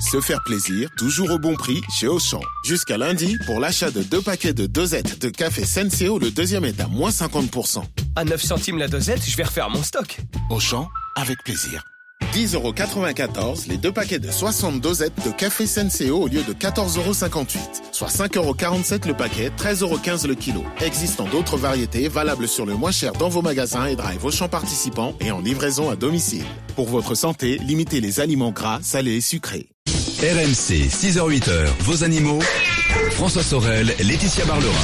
Se faire plaisir, toujours au bon prix chez Auchan. Jusqu'à lundi, pour l'achat de 2 paquets de dosettes de café Senseo, le deuxième est à moins 50%. À 9 centimes la dosette, je vais refaire mon stock. Auchan, avec plaisir. 10,94 € les 2 paquets de 60 dosettes de café Senseo au lieu de 14,58 €. Soit 5,47 € le paquet, 13,15 € le kilo. Existant d'autres variétés valables sur le moins cher dans vos magasins et drive Auchan participants et en livraison à domicile. Pour votre santé, limitez les aliments gras, salés et sucrés. RMC, 6h-8h, vos animaux. François Sorel, Laetitia Barlerin.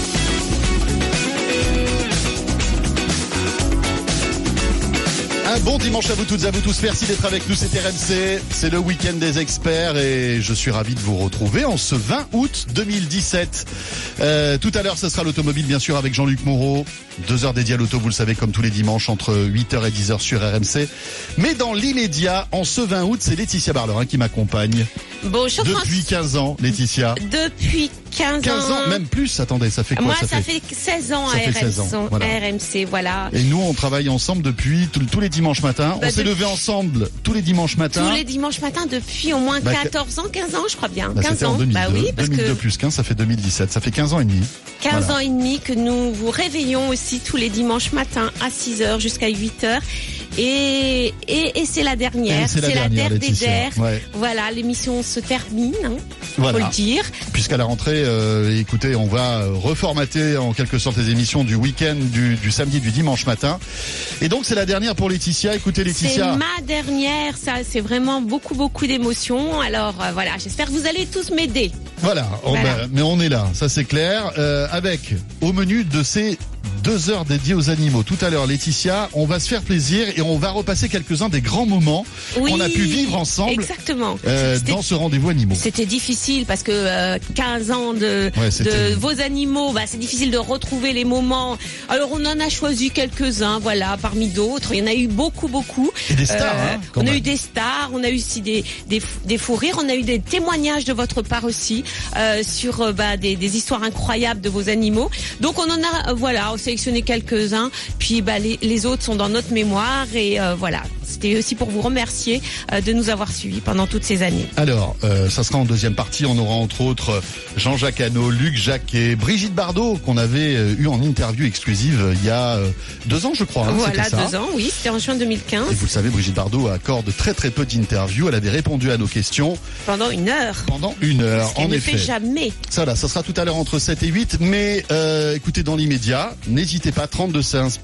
Un bon dimanche à vous toutes et à vous tous. Merci d'être avec nous. C'est RMC. C'est le week-end des experts et je suis ravi de vous retrouver en ce 20 août 2017. Tout à l'heure, ce sera l'automobile, bien sûr, avec Jean-Luc Moreau. 2 heures dédiées à l'auto, vous le savez, comme tous les dimanches, entre 8h et 10h sur RMC. Mais dans l'immédiat, en ce 20 août, c'est Laetitia Barlerin qui m'accompagne. Bonjour Depuis 15 ans, Laetitia. Depuis 15 ans, même plus. Attendez, ça fait quoi? Moi, ça fait 16 ans à RMC, voilà. Et nous, on travaille ensemble depuis tous les dimanches matins. On s'est levé ensemble tous les dimanches matins. Tous les dimanches matins depuis au moins 14 ans, 15 ans, je crois bien. 15 ans. 2002, oui, parce 2002 plus 15, ça fait 2017. Ça fait 15 ans et demi. 15 ans et demi que nous vous réveillons aussi tous les dimanches matins à 6h jusqu'à 8h. Et c'est la dernière. C'est la dernière des der. Ouais. Voilà, l'émission se termine, faut le dire. Puisqu'à la rentrée, écoutez, on va reformater en quelque sorte les émissions du week-end, du samedi, du dimanche matin. Et donc c'est la dernière pour Laetitia. Écoutez Laetitia. C'est ma dernière, ça, c'est vraiment beaucoup d'émotions. Alors voilà, j'espère que vous allez tous m'aider. Voilà. Mais on est là, ça c'est clair. Avec au menu de ces 2 heures dédiées aux animaux. Tout à l'heure, Laetitia, on va se faire plaisir et on va repasser quelques-uns des grands moments qu'on a pu vivre ensemble. Exactement. Dans ce rendez-vous animaux. C'était difficile parce que 15 ans de vos animaux, c'est difficile de retrouver les moments. Alors on en a choisi quelques-uns, voilà, parmi d'autres. Il y en a eu beaucoup. Et des stars, on a eu des stars, on a eu aussi des fous rires, on a eu des témoignages de votre part aussi sur des histoires incroyables de vos animaux. Donc on en a, on sélectionné quelques-uns, puis les autres sont dans notre mémoire et voilà. C'était aussi pour vous remercier de nous avoir suivis pendant toutes ces années. Alors, ça sera en deuxième partie. On aura entre autres Jean-Jacques Hano, Luc Jacquet, Brigitte Bardot, qu'on avait eu en interview exclusive il y a 2 ans, je crois. Voilà, 2 ans, oui, c'était en juin 2015. Et vous le savez, Brigitte Bardot accorde très peu d'interviews. Elle avait répondu à nos questions. Pendant 1 heure. En ne effet. Fait jamais. Ça sera tout à l'heure entre 7 et 8. Mais écoutez, dans l'immédiat, n'hésitez pas, 3216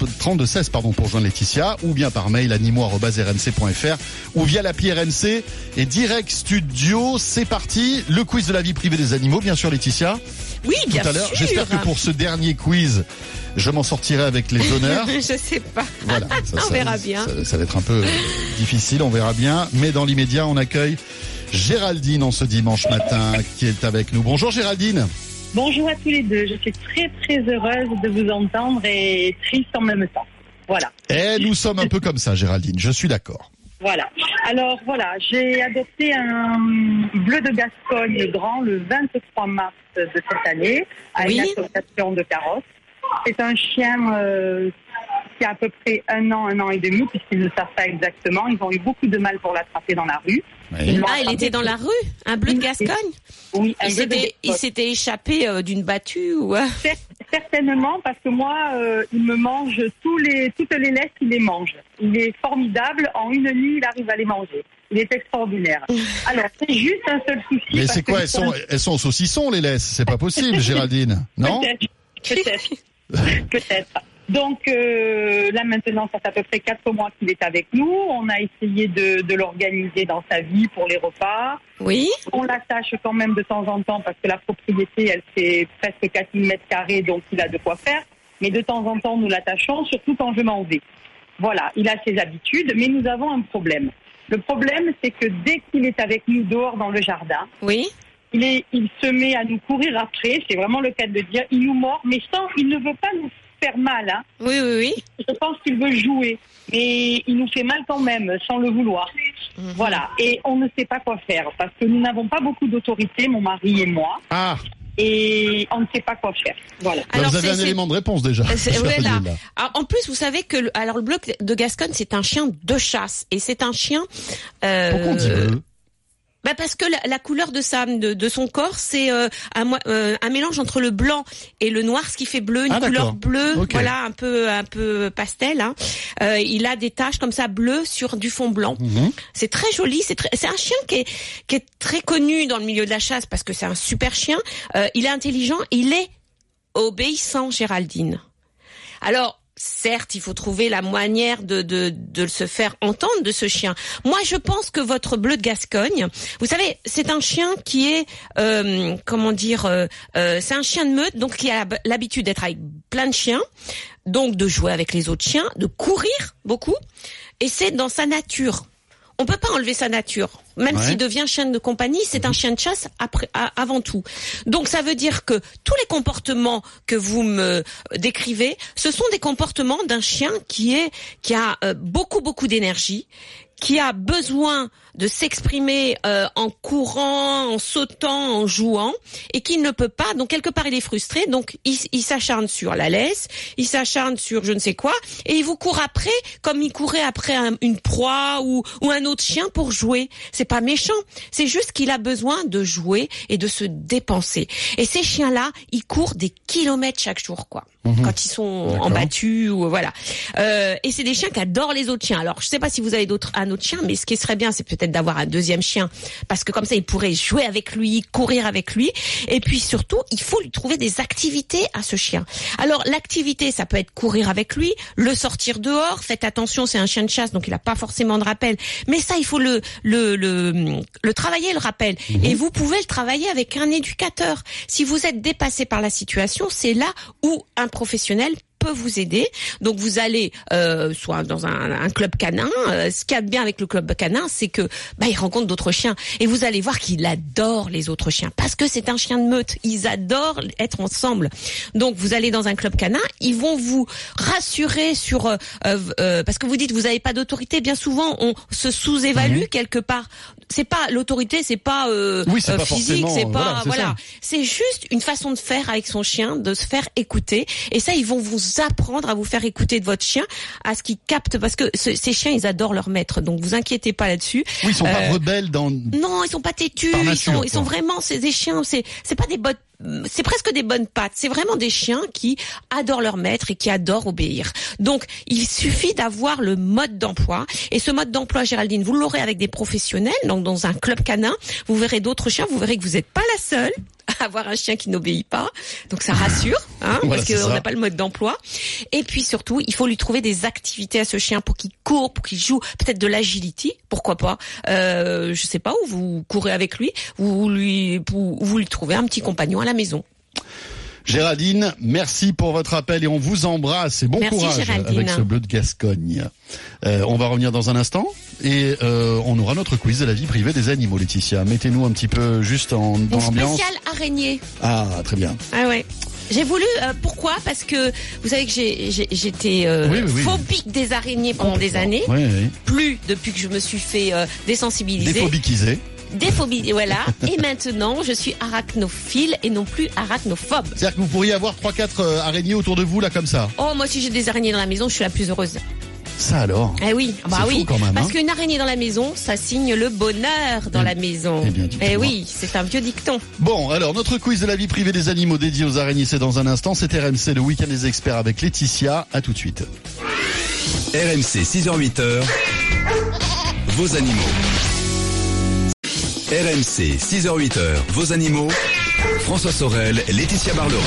pour joindre Laetitia, ou bien par mail animaux@rmc.fr ou via l'appli RMC et direct studio. C'est parti, le quiz de la vie privée des animaux, bien sûr Laetitia. Oui, bien sûr. Tout à l'heure, j'espère que pour ce dernier quiz, je m'en sortirai avec les honneurs. Je sais pas. Voilà, on verra bien. Ça va être un peu difficile, on verra bien. Mais dans l'immédiat, on accueille Géraldine en ce dimanche matin qui est avec nous. Bonjour Géraldine. Bonjour à tous les deux. Je suis très heureuse de vous entendre et triste en même temps. Voilà. Et nous sommes un peu comme ça, Géraldine. Je suis d'accord. Voilà. Alors voilà, j'ai adopté un bleu de Gascogne grand le 23 mars de cette année à une association de carrosses. C'est un chien qui a à peu près 1 an et demi, puisqu'ils ne savent pas exactement. Ils ont eu beaucoup de mal pour l'attraper dans la rue. Oui. Il était dans la rue, un bleu de Gascogne. Oui, il s'était échappé d'une battue ou Certainement, parce que moi, il me mange toutes les laisses, il les mange. Il est formidable. En 1 nuit, il arrive à les manger. Il est extraordinaire. Alors, c'est juste un seul souci. Mais c'est quoi? Elles sont au saucisson, les laisses. C'est pas possible, Géraldine. Non? Peut-être. Donc là maintenant, ça fait à peu près 4 mois qu'il est avec nous. On a essayé de l'organiser dans sa vie pour les repas. Oui. On l'attache quand même de temps en temps parce que la propriété, elle fait presque 4000 mètres carrés, donc il a de quoi faire. Mais de temps en temps, nous l'attachons, surtout quand je m'en vais. Voilà, il a ses habitudes, mais nous avons un problème. Le problème, c'est que dès qu'il est avec nous dehors dans le jardin, il se met à nous courir après. C'est vraiment le cas de le dire. Il nous mord, mais il ne veut pas nous faire mal. Hein. Oui. Je pense qu'il veut jouer, mais il nous fait mal quand même, sans le vouloir. Voilà, et on ne sait pas quoi faire, parce que nous n'avons pas beaucoup d'autorité, mon mari et moi. Et on ne sait pas quoi faire. Voilà. Alors, vous avez un élément de réponse déjà. Voilà. En plus, vous savez que le bleu de Gascogne, c'est un chien de chasse, et c'est un chien. Pourquoi on dit bleu? Parce que la couleur de son corps, c'est un mélange entre le blanc et le noir, ce qui fait bleu, une couleur bleue, voilà, un peu pastel. Hein. Il a des taches comme ça bleues sur du fond blanc. C'est très joli. C'est un chien qui est très connu dans le milieu de la chasse parce que c'est un super chien. Il est intelligent, il est obéissant, Géraldine. Alors, certes, il faut trouver la manière de se faire entendre de ce chien. Moi, je pense que votre bleu de Gascogne, vous savez, c'est un chien qui est, c'est un chien de meute, donc qui a l'habitude d'être avec plein de chiens, donc de jouer avec les autres chiens, de courir beaucoup, et c'est dans sa nature. On peut pas enlever sa nature. Même s'il devient chien de compagnie, c'est un chien de chasse avant tout. Donc ça veut dire que tous les comportements que vous me décrivez, ce sont des comportements d'un chien qui a beaucoup d'énergie, qui a besoin de s'exprimer en courant, en sautant, en jouant, et qui ne peut pas. Donc quelque part il est frustré, donc il s'acharne sur la laisse, il s'acharne sur je ne sais quoi, et il vous court après comme il courait après une proie ou un autre chien pour jouer. C'est pas méchant, c'est juste qu'il a besoin de jouer et de se dépenser. Et ces chiens-là, ils courent des kilomètres chaque jour, quoi. Quand ils sont en battu ou voilà. Et c'est des chiens qui adorent les autres chiens. Alors je sais pas si vous avez un autre chien, mais ce qui serait bien, c'est peut-être d'avoir un deuxième chien, parce que comme ça, il pourrait jouer avec lui, courir avec lui. Et puis surtout, il faut lui trouver des activités à ce chien. Alors l'activité, ça peut être courir avec lui, le sortir dehors. Faites attention, c'est un chien de chasse, donc il a pas forcément de rappel. Mais ça, il faut le travailler, le rappel. Et vous pouvez le travailler avec un éducateur. Si vous êtes dépassé par la situation, c'est là où un professionnel peut vous aider. Donc vous allez soit dans un club canin. Ce qu'il y a de bien avec le club canin, c'est que il rencontre d'autres chiens et vous allez voir qu'il adore les autres chiens parce que c'est un chien de meute. Ils adorent être ensemble. Donc vous allez dans un club canin, ils vont vous rassurer sur parce que vous dites vous n'avez pas d'autorité. Bien souvent on se sous-évalue quelque part. C'est pas l'autorité, c'est pas physique, c'est pas voilà. C'est juste une façon de faire avec son chien, de se faire écouter. Et ça, ils vont vous apprendre à vous faire écouter de votre chien, à ce qu'il capte, parce que ces chiens, ils adorent leur maître. Donc vous inquiétez pas là-dessus. Oui, ils sont pas rebelles dans. Non, ils sont pas têtus. Ils sont vraiment, c'est des chiens. C'est pas des bottes. C'est presque des bonnes pattes. C'est vraiment des chiens qui adorent leur maître et qui adorent obéir. Donc, il suffit d'avoir le mode d'emploi. Et ce mode d'emploi, Géraldine, vous l'aurez avec des professionnels. Donc, dans un club canin, vous verrez d'autres chiens. Vous verrez que vous n'êtes pas la seule à avoir un chien qui n'obéit pas. Donc, ça rassure, voilà, parce qu'on n'a pas le mode d'emploi. Et puis, surtout, il faut lui trouver des activités à ce chien pour qu'il court, pour qu'il joue. Peut-être de l'agility, pourquoi pas. Je sais pas, où vous courez avec lui, vous lui trouvez un petit compagnon à la maison. Géraldine, merci pour votre appel et on vous embrasse et bon courage Géraldine. Avec ce bleu de Gascogne. On va revenir dans un instant et on aura notre quiz de la vie privée des animaux, Laetitia. Mettez-nous un petit peu juste dans l'ambiance. Spécial araignée. Ah, très bien. Ah ouais. J'ai voulu, pourquoi? Parce que vous savez que j'étais phobique des araignées pendant des années. Oui. Plus depuis que je me suis fait désensibiliser. Déphobiquisé. Des phobies, voilà. Et maintenant, je suis arachnophile et non plus arachnophobe. C'est-à-dire que vous pourriez avoir 3-4 araignées autour de vous, là, comme ça. Oh, moi, si j'ai des araignées dans la maison, je suis la plus heureuse. Ça alors? Eh oui, c'est fou quand même, parce qu'une araignée dans la maison, ça signe le bonheur dans la maison. Oui, c'est un vieux dicton. Bon, alors, notre quiz de la vie privée des animaux dédié aux araignées, c'est dans un instant. C'est RMC, le week-end des experts avec Laetitia. À tout de suite. RMC, 6h-8h, vos animaux. RMC, 6h-8h, vos animaux. François Sorel, Laetitia Barlerin.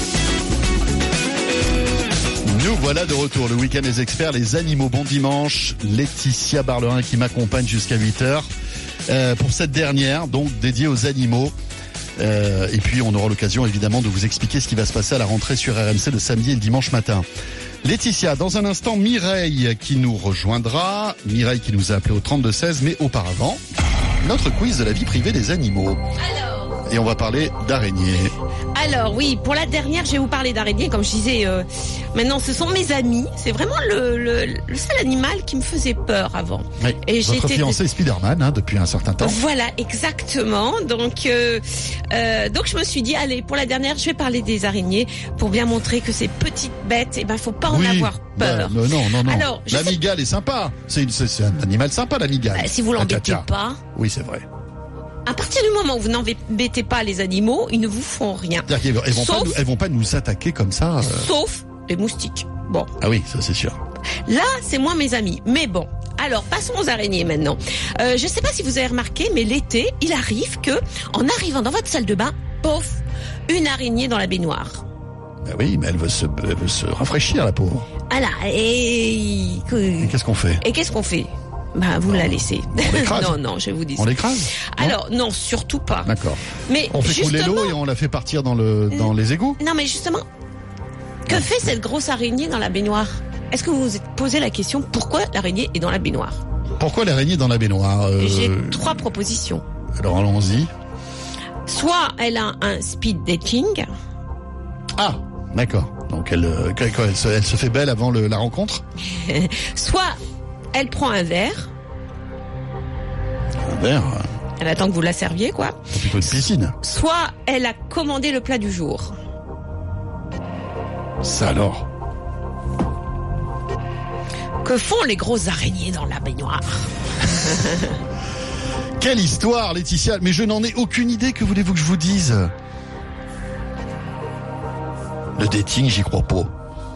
Nous voilà de retour, le week-end des experts, les animaux. Bon dimanche, Laetitia Barlerin qui m'accompagne jusqu'à 8h pour cette dernière, donc dédiée aux animaux. Et puis on aura l'occasion évidemment de vous expliquer ce qui va se passer à la rentrée sur RMC le samedi et le dimanche matin. Laetitia, dans un instant, Mireille qui nous rejoindra. Mireille qui nous a appelé au 32-16, mais auparavant, notre quiz de la vie privée des animaux. Et on va parler d'araignées. Alors oui, pour la dernière, je vais vous parler d'araignées. Comme je disais, maintenant ce sont mes amis. C'est vraiment le seul animal qui me faisait peur avant. Oui, et votre fiancé est Spider-Man depuis un certain temps. Voilà, exactement. Donc je me suis dit, allez, pour la dernière, je vais parler des araignées pour bien montrer que ces petites bêtes, faut pas en avoir peur. Non. Alors, l'amigale est sympa. C'est un animal sympa, l'amigale. Si vous l'embêtez pas. Oui, c'est vrai. À partir du moment où vous n'embêtez pas les animaux, ils ne vous font rien. C'est-à-dire qu'elles vont pas nous attaquer comme ça. Sauf les moustiques. Bon. Ah oui, ça c'est sûr. Là, c'est moins mes amis. Mais bon. Alors, passons aux araignées maintenant. Je sais pas si vous avez remarqué, mais l'été, il arrive que, en arrivant dans votre salle de bain, pof, une araignée dans la baignoire. Ben oui, mais elle veut se rafraîchir, la pauvre. Voilà. Et qu'est-ce qu'on fait? Bah, vous la laissez. On l'écrase. Non, je vous dis ça. On l'écrase? Alors, non, surtout pas. D'accord. Mais on fait couler l'eau et on la fait partir dans les égouts? Non, mais justement, que fait cette grosse araignée dans la baignoire? Est-ce que vous vous êtes posé la question, pourquoi l'araignée est dans la baignoire? Pourquoi l'araignée est dans la baignoire? J'ai 3 propositions. Alors, allons-y. Soit elle a un speed dating. Ah, d'accord. Donc, elle se fait belle avant la rencontre? Soit elle prend un verre. Un verre? Elle attend que vous la serviez, quoi. C'est plutôt une piscine. Soit elle a commandé le plat du jour. Ça alors? Que font les grosses araignées dans la baignoire? Quelle histoire, Laetitia! Mais je n'en ai aucune idée, que voulez-vous que je vous dise? Le dating, j'y crois pas.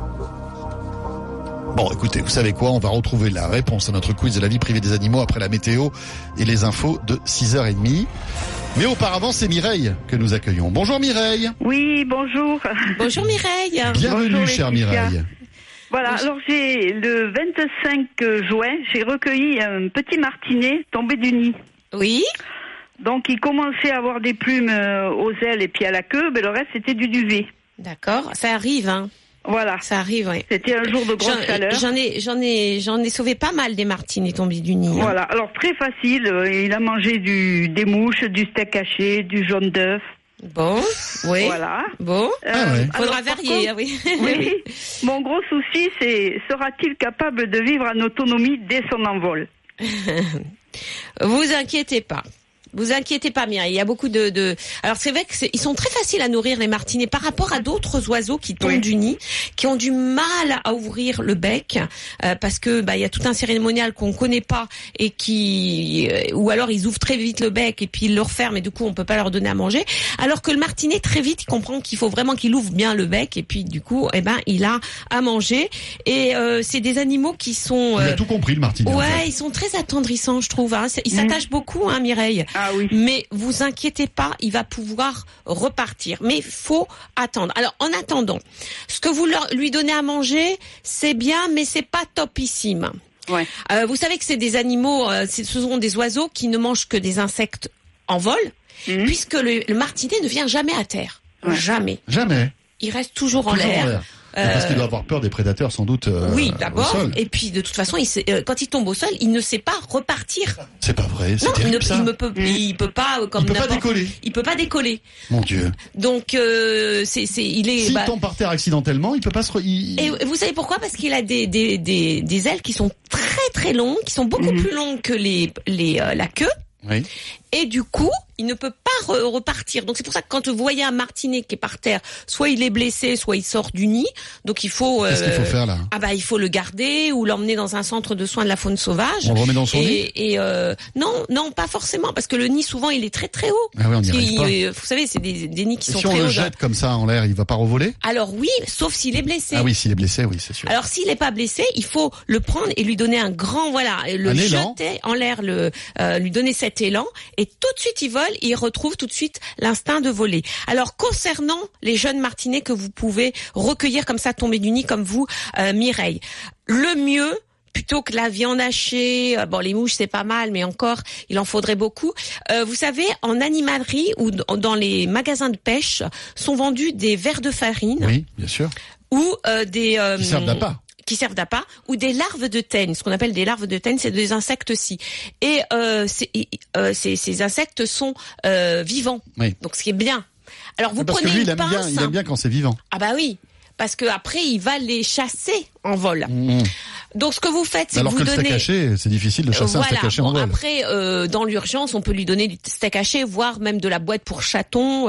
Bon, écoutez, vous savez quoi? On va retrouver la réponse à notre quiz de la vie privée des animaux après la météo et les infos de 6h30. Mais auparavant, c'est Mireille que nous accueillons. Bonjour Mireille. Oui, bonjour. Bonjour Mireille. Bienvenue, Bonjour, chère Laetitia. Mireille. Voilà, alors le 25 juin, j'ai recueilli un petit martinet tombé du nid. Oui. Donc il commençait à avoir des plumes aux ailes et puis à la queue, mais le reste c'était du duvet. D'accord, ça arrive, hein. Voilà. Ça arrive, oui. C'était un jour de grosse chaleur. J'en ai sauvé pas mal des martinets tombés du nid. Hein. Voilà, alors très facile, il a mangé des mouches, du steak haché, du jaune d'œuf. Bon, oui. Voilà. Bon, ouais. Faudra alors, varier, contre, oui. Oui. Mon gros souci, c'est sera-t-il capable de vivre en autonomie dès son envol? Vous inquiétez pas. Vous inquiétez pas, Mireille. Il y a beaucoup Alors c'est vrai que ils sont très faciles à nourrir, les martinets, par rapport à d'autres oiseaux qui tombent du nid, qui ont du mal à ouvrir le bec, parce que il y a tout un cérémonial qu'on connaît pas et ou alors ils ouvrent très vite le bec et puis ils le referment et du coup on peut pas leur donner à manger. Alors que le martinet très vite il comprend qu'il faut vraiment qu'il ouvre bien le bec et puis du coup il a à manger. Et c'est des animaux qui sont. Il a tout compris, le martinet. Ouais, en fait. ils sont très attendrissants, je trouve. Hein. Ils s'attachent beaucoup, hein, Mireille. Ah oui. Mais vous inquiétez pas, il va pouvoir repartir. Mais faut attendre. Alors, en attendant, ce que vous lui donnez à manger, c'est bien, mais c'est pas topissime. Ouais. Vous savez que c'est des animaux, ce sont des oiseaux qui ne mangent que des insectes en vol, puisque le martinet ne vient jamais à terre. Ouais. Jamais. Jamais. Il reste toujours en l'air. Parce qu'il doit avoir peur des prédateurs, sans doute. Oui, au d'abord. sol. Et puis, de toute façon, quand il tombe au sol, il ne sait pas repartir. C'est pas vrai, c'est Non, terrible, ça. il peut pas, comme Il peut pas n'importe- décoller. Il peut pas décoller. Mon Dieu. Donc, il est. S'il tombe par terre accidentellement, il peut pas se... Et vous savez pourquoi? Parce qu'il a des ailes qui sont très très longues, qui sont beaucoup plus longues que la queue. Oui. Et du coup, il ne peut pas repartir. Donc c'est pour ça que quand vous voyez un martinet qui est par terre, soit il est blessé, soit il sort du nid. Donc il faut. Qu'est-ce qu'il faut faire là? Il faut le garder ou l'emmener dans un centre de soins de la faune sauvage. On le remet dans son nid? Non, pas forcément, parce que le nid souvent il est très très haut. Ah oui, on n'y Parce arrive pas. vous savez, c'est des nids qui Et sont si on très le hauts. jette comme ça en l'air, il va pas revoler? Alors oui, sauf s'il est blessé. Ah oui, s'il est blessé, oui, c'est sûr. Alors s'il n'est pas blessé, il faut le prendre et lui donner un grand le jeter en l'air, lui donner cet élan et tout de suite il vole et il retrouve tout de suite l'instinct de voler. Alors concernant les jeunes martinets que vous pouvez recueillir comme ça tombés du nid comme vous, Mireille, le mieux plutôt que la viande hachée, les mouches c'est pas mal, mais encore il en faudrait beaucoup. Vous savez, en animalerie ou dans les magasins de pêche sont vendus des vers de farine. Oui, bien sûr. Ou des Qui servent d'appât. Qui servent d'appât, ou des larves de teigne. Ce qu'on appelle des larves de teigne, c'est des insectes-ci. Et ces insectes sont vivants. Oui. Donc ce qui est bien. Alors vous Parce prenez que lui, une pince. il aime bien quand c'est vivant. Ah bah oui, parce que après il va les chasser en vol. Donc ce que vous faites, c'est que Alors vous que le donnez. steak haché, c'est difficile de chasser un steak haché en vol. Après, dans l'urgence, on peut lui donner du steak haché, voire même de la boîte pour chaton.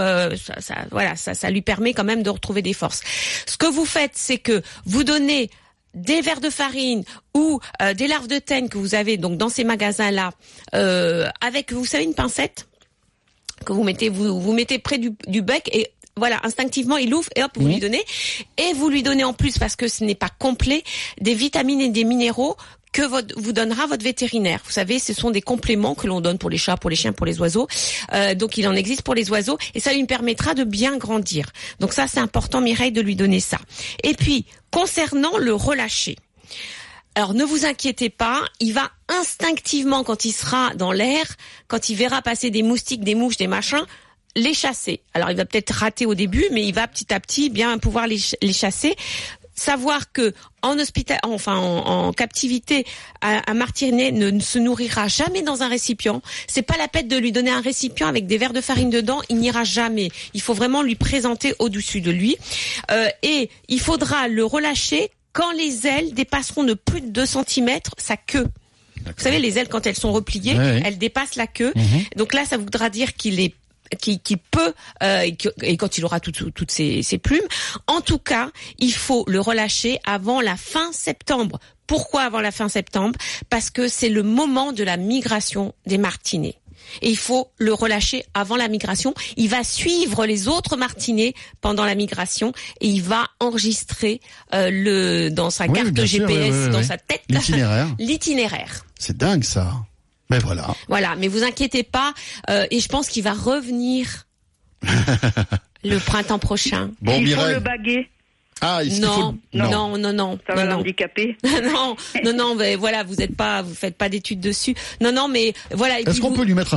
Ça lui permet quand même de retrouver des forces. Ce que vous faites, c'est que vous donnez des vers de farine ou des larves de teigne que vous avez donc dans ces magasins-là, avec, vous savez, une pincette. que vous mettez près du bec et voilà, instinctivement, il ouvre et hop, vous lui donnez. Et vous lui donnez en plus, parce que ce n'est pas complet, des vitamines et des minéraux que vous donnera votre vétérinaire. Vous savez, ce sont des compléments que l'on donne pour les chats, pour les chiens, pour les oiseaux. Donc, il en existe pour les oiseaux et ça lui permettra de bien grandir. Donc ça, c'est important, Mireille, de lui donner ça. Et puis, concernant le relâcher. Alors, ne vous inquiétez pas, il va instinctivement, quand il sera dans l'air, quand il verra passer des moustiques, des mouches, des machins, les chasser. Alors, il va peut-être rater au début, mais il va petit à petit bien pouvoir les chasser. Savoir que en captivité, un martinet ne se nourrira jamais dans un récipient. C'est pas la peine de lui donner un récipient avec des verres de farine dedans. Il n'ira jamais. Il faut vraiment lui présenter au-dessus de lui. Et il faudra le relâcher quand les ailes dépasseront de plus de 2 cm sa queue. D'accord. Vous savez, les ailes, quand elles sont repliées, elles dépassent la queue. Donc là, ça voudra dire qu'il peut et quand il aura toutes ses plumes. En tout cas, il faut le relâcher avant la fin septembre. Pourquoi avant la fin septembre ? Parce que c'est le moment de la migration des martinets. Et il faut le relâcher avant la migration. Il va suivre les autres martinets pendant la migration et il va enregistrer dans sa carte GPS, dans sa tête, l'itinéraire. C'est dingue ça. Mais voilà. Voilà, mais vous inquiétez pas, et je pense qu'il va revenir le printemps prochain. Bon, il faut le baguer. Ah, non. Ça va l'handicaper. non, mais voilà, vous faites pas d'études dessus. Non, mais voilà. Est-ce qu'on peut lui mettre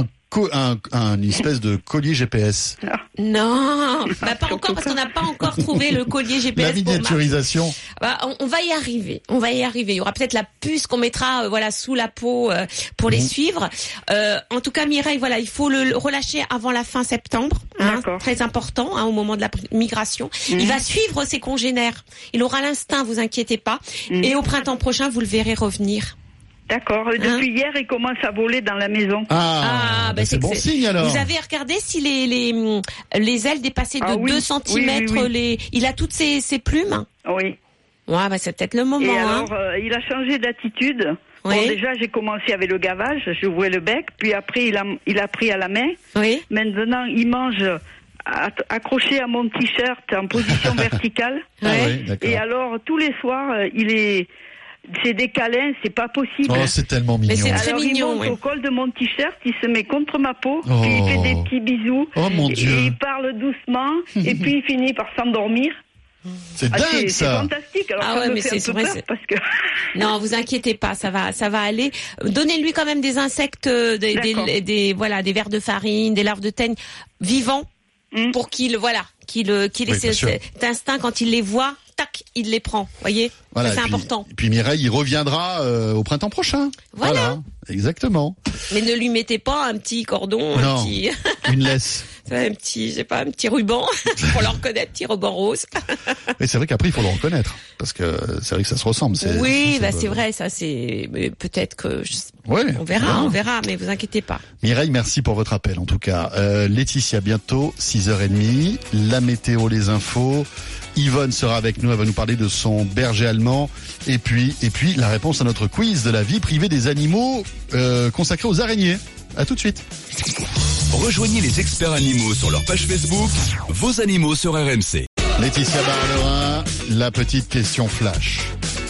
un espèce de collier GPS? Non, pas encore parce qu'on n'a pas encore trouvé le collier GPS. La miniaturisation. On va y arriver. Il y aura peut-être la puce qu'on mettra sous la peau pour les suivre. En tout cas, Mireille, voilà, il faut le relâcher avant la fin septembre. Très important au moment de la migration. Il va suivre ses congénères. Il aura l'instinct, vous inquiétez pas. Et au printemps prochain, vous le verrez revenir. D'accord. Depuis hier, il commence à voler dans la maison. C'est bon signe alors. Vous avez regardé si les ailes dépassaient de 2 cm il a toutes ses plumes? Oui. Ouais, c'est peut-être le moment. Et alors, il a changé d'attitude. Oui. Bon, déjà, j'ai commencé avec le gavage, j'ouvrais le bec, puis après, il a pris à la main. Oui. Maintenant, il mange accroché à mon t-shirt en position verticale. Et alors, tous les soirs, c'est des câlins, c'est pas possible. Oh, c'est tellement mignon. Mais c'est très mignon. Il monte au col de mon t-shirt, il se met contre ma peau, puis il fait des petits bisous. Oh mon Dieu. Et il parle doucement, et puis il finit par s'endormir. C'est dingue, ça. C'est fantastique. Alors ça me fait un peu peur parce que. Non, vous inquiétez pas, ça va aller. Donnez-lui quand même des insectes, des vers de farine, des larves de teigne vivants, pour qu'il ait cet instinct quand il les voit. Tac, il les prend, voyez. Voilà, c'est important. Et puis Mireille, il reviendra au printemps prochain. Voilà, exactement. Mais ne lui mettez pas un petit cordon, une laisse. Un petit ruban pour le reconnaître, petit ruban rose. Mais c'est vrai qu'après il faut le reconnaître parce que c'est vrai que ça se ressemble. C'est vrai, ça c'est peut-être que on verra, mais vous inquiétez pas. Mireille, merci pour votre appel en tout cas. Laetitia, bientôt 6h30, la météo, les infos. Yvonne sera avec nous, elle va nous parler de son berger allemand et puis la réponse à notre quiz de la vie privée des animaux consacré aux araignées. À tout de suite. Rejoignez les experts animaux sur leur page Facebook, vos animaux sur RMC. Laetitia Barlerin, la petite question flash.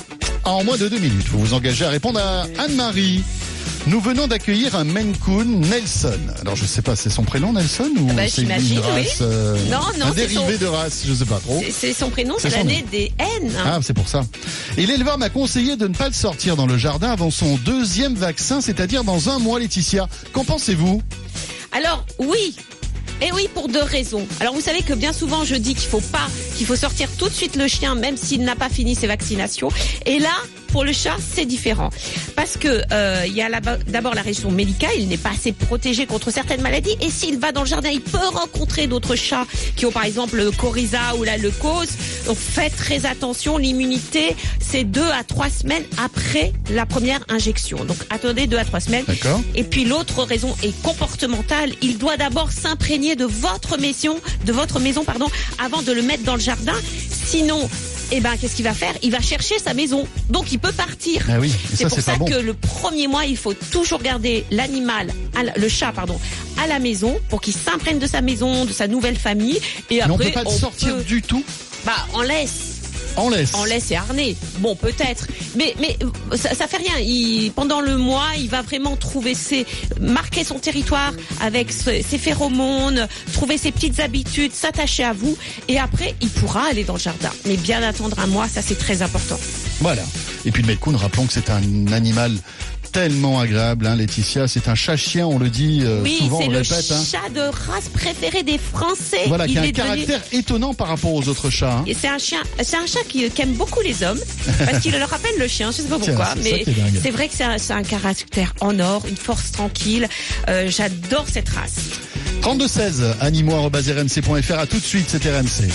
En moins de 2 minutes, vous vous engagez à répondre à Anne-Marie. Nous venons d'accueillir un Maine Coon, Nelson. Alors je sais pas, c'est son prénom Nelson ou c'est une race un dérivé de race, je sais pas trop. C'est son prénom, c'est l'année des haines. Ah, c'est pour ça. Et l'éleveur m'a conseillé de ne pas le sortir dans le jardin avant son 2e vaccin, c'est-à-dire dans 1 mois, Laetitia. Qu'en pensez-vous ? Alors oui. Et oui, pour 2 raisons. Alors vous savez que bien souvent je dis qu'il faut sortir tout de suite le chien même s'il n'a pas fini ses vaccinations. Et là, pour le chat, c'est différent. Parce que il y a d'abord la raison médicale, il n'est pas assez protégé contre certaines maladies. Et s'il va dans le jardin, il peut rencontrer d'autres chats qui ont par exemple le coryza ou la leucose. Donc faites très attention, l'immunité, c'est 2 à 3 semaines après la première injection. Donc attendez 2 à 3 semaines. D'accord. Et puis l'autre raison est comportementale. Il doit d'abord s'imprégner de votre maison, avant de le mettre dans le jardin. Sinon, eh ben, qu'est-ce qu'il va faire? Il va chercher sa maison. Donc, il peut partir. Ah oui, et c'est pour ça pas bon. que le premier mois, il faut toujours garder le chat, à la maison pour qu'il s'imprègne de sa maison, de sa nouvelle famille. Et après, on peut pas sortir du tout. On laisse. On laisse et harnais. Bon, peut-être. Mais ça fait rien. Pendant le mois, il va vraiment marquer son territoire avec ses phéromones, trouver ses petites habitudes, s'attacher à vous. Et après, il pourra aller dans le jardin. Mais bien attendre un mois, ça c'est très important. Voilà. Et puis le Melkoun, rappelons que c'est un animal tellement agréable, hein, Laetitia. C'est un chat-chien, on le dit souvent, on le répète. C'est le chat de race préféré des Français. Voilà, qui a un caractère étonnant par rapport aux autres chats. Hein. Et c'est un chat qui aime beaucoup les hommes, parce qu'il leur rappelle le chien, je sais pas pourquoi, mais c'est vrai que c'est un caractère en or, une force tranquille. J'adore cette race. 3216, animaux@rmc.fr. À tout de suite, c'est RMC.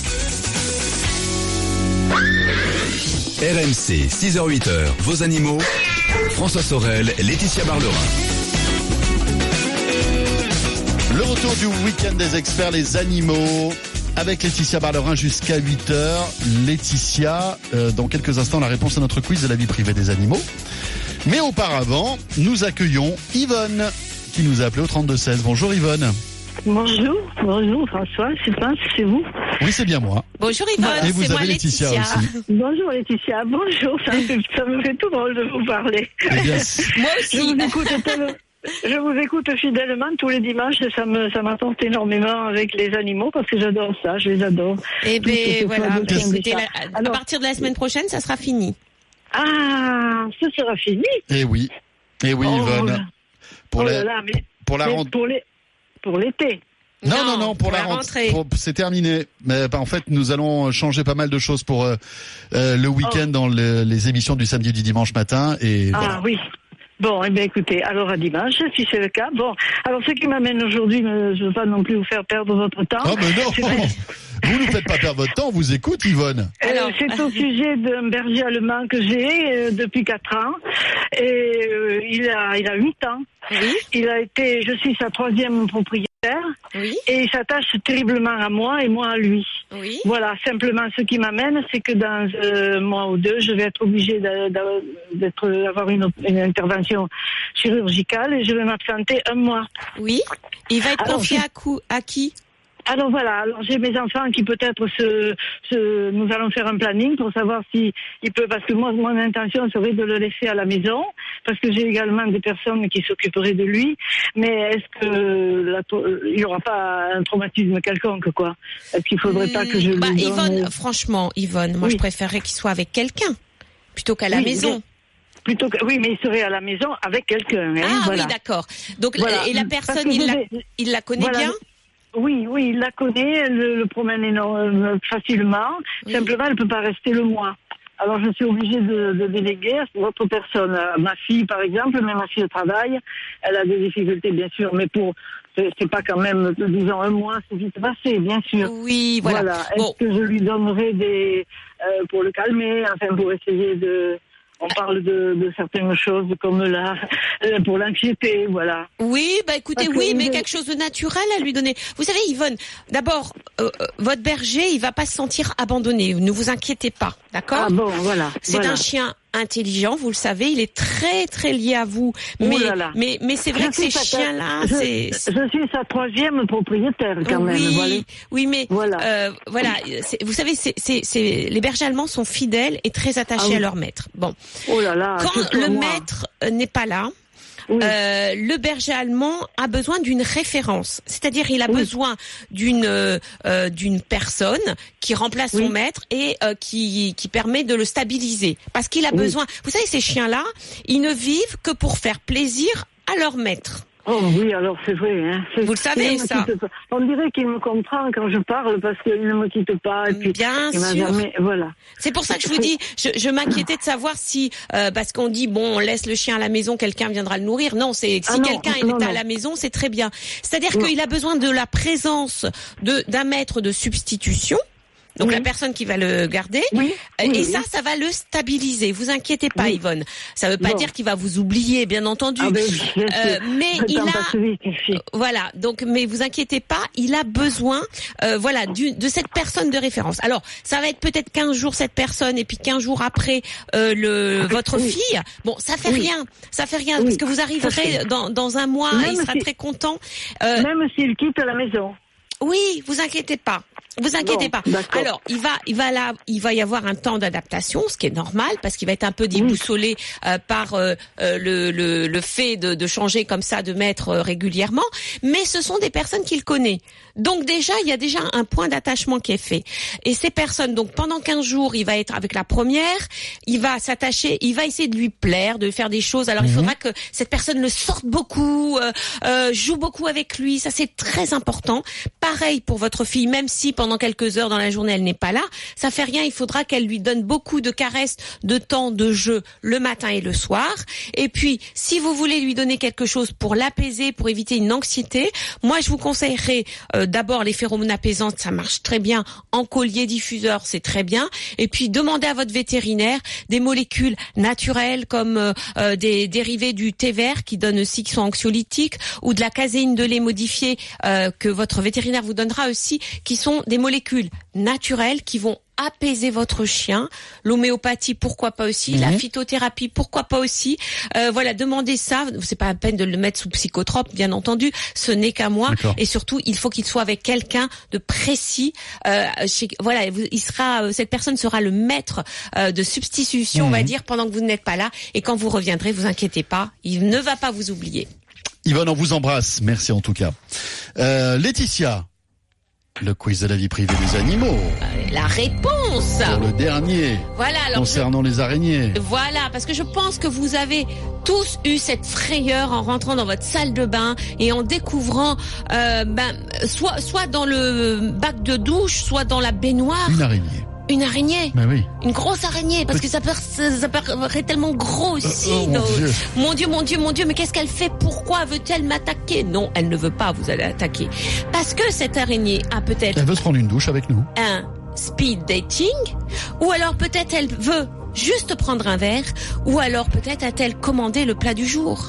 RMC, 6h-8h, vos animaux. François Sorel, Laetitia Barlerin. Le retour du week-end des experts, les animaux, avec Laetitia Barlerin jusqu'à 8h. Laetitia, dans quelques instants, la réponse à notre quiz de la vie privée des animaux. Mais auparavant, nous accueillons Yvonne, qui nous a appelé au 3216. Bonjour Yvonne. Bonjour François, c'est vous? Oui, c'est bien moi. Bonjour Yvonne, et vous c'est moi avez Laetitia aussi. Bonjour Laetitia, bonjour, ça me fait tout drôle de vous parler. Eh bien, moi aussi. Je vous écoute fidèlement tous les dimanches et ça m'apporte énormément avec les animaux parce que j'adore ça, je les adore. Et bien voilà, écoutez, à partir de la semaine prochaine, ça sera fini. Ah, ça sera fini? Eh oui, Yvonne. Pour l'été. Non, pour la rentrée. C'est terminé. Mais en fait, nous allons changer pas mal de choses pour le week-end dans les émissions du samedi et du dimanche matin. Et voilà. Oui. Bon, eh bien écoutez, alors à dimanche, si c'est le cas. Bon, alors ce qui m'amène aujourd'hui, je ne veux pas non plus vous faire perdre votre temps. Ah mais non, vous ne faites pas perdre votre temps, on vous écoute Yvonne. C'est au sujet d'un berger allemand que j'ai depuis 4 ans. Et il a 8 ans. Oui. Je suis sa 3e propriétaire. Oui. Et il s'attache terriblement à moi et moi à lui. Oui. Voilà, simplement ce qui m'amène, c'est que dans un mois ou 2, je vais être obligée d'avoir une intervention chirurgicale et je vais m'absenter 1 mois. Oui. Il va être confié à qui? Alors voilà, j'ai mes enfants qui peut-être nous allons faire un planning pour savoir si il peut, parce que moi, mon intention serait de le laisser à la maison, parce que j'ai également des personnes qui s'occuperaient de lui, mais est-ce que il n'y aura pas un traumatisme quelconque, quoi? Est-ce qu'il faudrait pas que je lui donne... Yvonne, franchement, moi je préférerais qu'il soit avec quelqu'un, plutôt qu'à la maison. Oui, mais il serait à la maison avec quelqu'un. Hein, voilà. Oui, d'accord. Donc, voilà. Et la personne, il la connaît bien? Oui, il la connaît, elle le promène facilement. Oui. Simplement, elle ne peut pas rester le mois. Alors, je suis obligée de déléguer à d'autres personnes. Ma fille, par exemple, mais ma fille au travail, elle a des difficultés, bien sûr, mais c'est pas quand même, disons, 1 mois, c'est vite passé, bien sûr. Oui, voilà. Est-ce que je lui donnerai pour le calmer, enfin, pour essayer on parle de certaines choses comme là, pour l'anxiété, voilà. Oui, écoutez, mais quelque chose de naturel à lui donner. Vous savez, Yvonne, d'abord, votre berger, il va pas se sentir abandonné. Ne vous inquiétez pas, d'accord? Ah bon, voilà. C'est un chien intelligent, vous le savez, il est très très lié à vous. Mais c'est vrai que ces chiens-là, je suis sa 3e propriétaire quand même. Voilà. Oui, mais voilà. Vous savez, les bergers allemands sont fidèles et très attachés à leur maître. Bon. Oh là là. Quand le maître n'est pas là. Oui. Le berger allemand a besoin d'une référence, c'est-à-dire il a besoin d'une personne qui remplace son maître et qui permet de le stabiliser, parce qu'il a besoin. Vous savez, ces chiens-là, ils ne vivent que pour faire plaisir à leur maître. Oh oui, alors c'est vrai. Hein. Vous le savez, ça. On dirait qu'il me comprend quand je parle parce qu'il ne me quitte pas. Et puis, bien sûr. Voilà. C'est pour ça que je vous dis, je m'inquiétais de savoir si, parce qu'on dit, on laisse le chien à la maison, quelqu'un viendra le nourrir. Non, si quelqu'un est à la maison, c'est très bien. C'est-à-dire qu'il a besoin de la présence d'un maître de substitution. Donc la personne qui va le garder. Ça va le stabiliser. Vous inquiétez pas, Yvonne. Ça veut pas dire qu'il va vous oublier, bien entendu. Mais il a, voilà. Donc, mais vous inquiétez pas, il a besoin, de cette personne de référence. Alors, ça va être peut-être 15 jours cette personne, et puis 15 jours après votre fille. Bon, ça fait rien, parce que vous arriverez dans un mois, et il sera très content. Même s'il quitte la maison. Oui, vous inquiétez pas. Vous inquiétez pas. Alors, il va y avoir un temps d'adaptation, ce qui est normal, parce qu'il va être un peu déboussolé par le fait de changer comme ça de maître régulièrement. Mais ce sont des personnes qu'il connaît. Donc il y a déjà un point d'attachement qui est fait. Et ces personnes, donc pendant 15 jours, il va être avec la première, il va s'attacher, il va essayer de lui plaire, de faire des choses. Alors il faudra que cette personne le sorte beaucoup, joue beaucoup avec lui. Ça, c'est très important. Pareil pour votre fille, même si pendant quelques heures dans la journée, elle n'est pas là, ça fait rien, il faudra qu'elle lui donne beaucoup de caresses, de temps de jeu le matin et le soir. Et puis, si vous voulez lui donner quelque chose pour l'apaiser, pour éviter une anxiété, moi je vous conseillerais d'abord les phéromones apaisantes, ça marche très bien, en collier diffuseur, c'est très bien. Et puis, demandez à votre vétérinaire des molécules naturelles comme des dérivés du thé vert qui sont anxiolytiques, ou de la caséine de lait modifiée que votre vétérinaire vous donnera aussi, qui sont des molécules naturelles qui vont apaiser votre chien. L'homéopathie, pourquoi pas aussi. La phytothérapie, pourquoi pas aussi. Demandez ça. C'est pas la peine de le mettre sous psychotrope, bien entendu. Ce n'est qu'à moi. Et surtout, il faut qu'il soit avec quelqu'un de précis. Cette personne sera le maître de substitution, on va dire, pendant que vous n'êtes pas là. Et quand vous reviendrez, vous inquiétez pas, il ne va pas vous oublier. Yvonne, on vous embrasse. Merci en tout cas. Laetitia. Le quiz de la vie privée des animaux. La réponse. Pour le dernier. Voilà. Alors concernant les araignées. Voilà, parce que je pense que vous avez tous eu cette frayeur en rentrant dans votre salle de bain et en découvrant, soit dans le bac de douche, soit dans la baignoire. Une araignée. Ben oui. Une grosse araignée, parce que ça paraît tellement gros aussi. Mon Dieu, mais qu'est-ce qu'elle fait? Pourquoi veut-elle m'attaquer? Non, elle ne veut pas vous aller attaquer. Parce que cette araignée a peut-être... Elle veut se prendre une douche avec nous. Un speed dating, ou alors peut-être elle veut juste prendre un verre, ou alors peut-être a-t-elle commandé le plat du jour.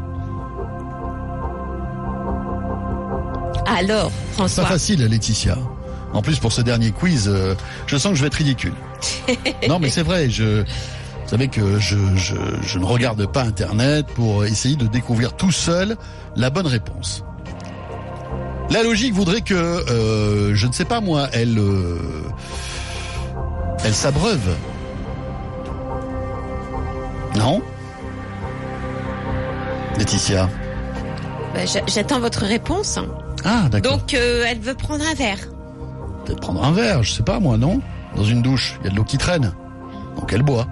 Alors, François... Pas facile, Laetitia. En plus, pour ce dernier quiz, je sens que je vais être ridicule. Non, mais c'est vrai, vous savez que je ne regarde pas Internet pour essayer de découvrir tout seul la bonne réponse. La logique voudrait que, je ne sais pas moi, elle s'abreuve. Non ? Laetitia ? J'attends votre réponse. Ah, d'accord. Donc, elle veut prendre un verre. Peut-être prendre un verre, je sais pas moi, non ? Dans une douche, il y a de l'eau qui traîne. Donc elle boit.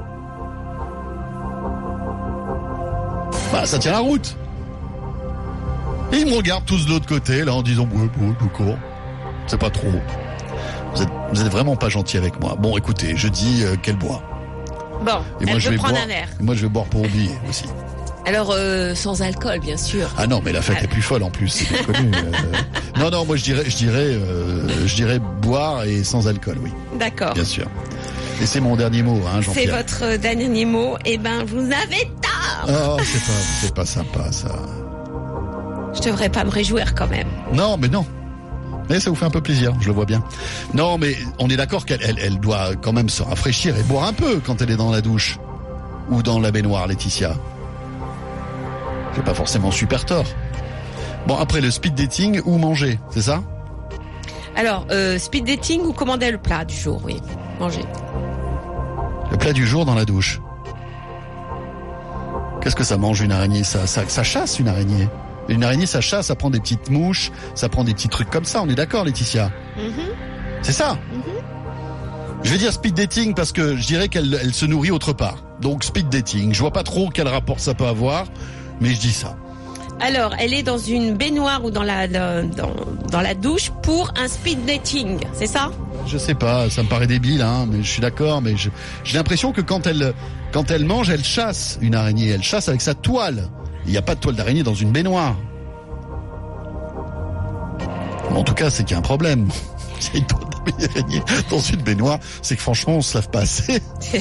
Ça tient la route. Et ils me regardent tous de l'autre côté, là, en disant, ouais, d'accord. C'est pas trop. Vous êtes vraiment pas gentil avec moi. Bon, écoutez, je dis qu'elle boit. Bon, et moi, je vais prendre un verre. Et moi, je vais boire pour oublier aussi. Alors, sans alcool, bien sûr. Ah non, mais la fête est plus folle en plus, c'est bien connu. Non, moi je dirais boire et sans alcool, oui. D'accord. Bien sûr. Et c'est mon dernier mot, hein, Jean-Pierre. C'est votre dernier mot. Eh ben, vous avez tort. Oh, c'est pas sympa, ça. Je devrais pas me réjouir quand même. Non, mais non. Mais ça vous fait un peu plaisir, je le vois bien. Non, mais on est d'accord qu'elle doit quand même se rafraîchir et boire un peu quand elle est dans la douche. Ou dans la baignoire, Laetitia. J'ai pas forcément super tort. Bon, après le speed dating ou manger, c'est ça ? Alors, speed dating ou commander le plat du jour, oui. Manger. Le plat du jour dans la douche. Qu'est-ce que ça mange une araignée ? Ça chasse une araignée. Une araignée, ça chasse, ça prend des petites mouches, ça prend des petits trucs comme ça, on est d'accord, Laetitia ? C'est ça ? Je vais dire speed dating parce que je dirais qu'elle se nourrit autre part. Donc speed dating, je vois pas trop quel rapport ça peut avoir. Mais je dis ça. Alors, elle est dans une baignoire ou dans la douche pour un speed dating, c'est ça ? Je sais pas, ça me paraît débile, hein, mais je suis d'accord, mais j'ai l'impression que quand elle mange, elle chasse une araignée, elle chasse avec sa toile. Il n'y a pas de toile d'araignée dans une baignoire. En tout cas, c'est qu'il y a un problème. S'il y a des araignées dans une baignoire, c'est que franchement, on se lave pas assez.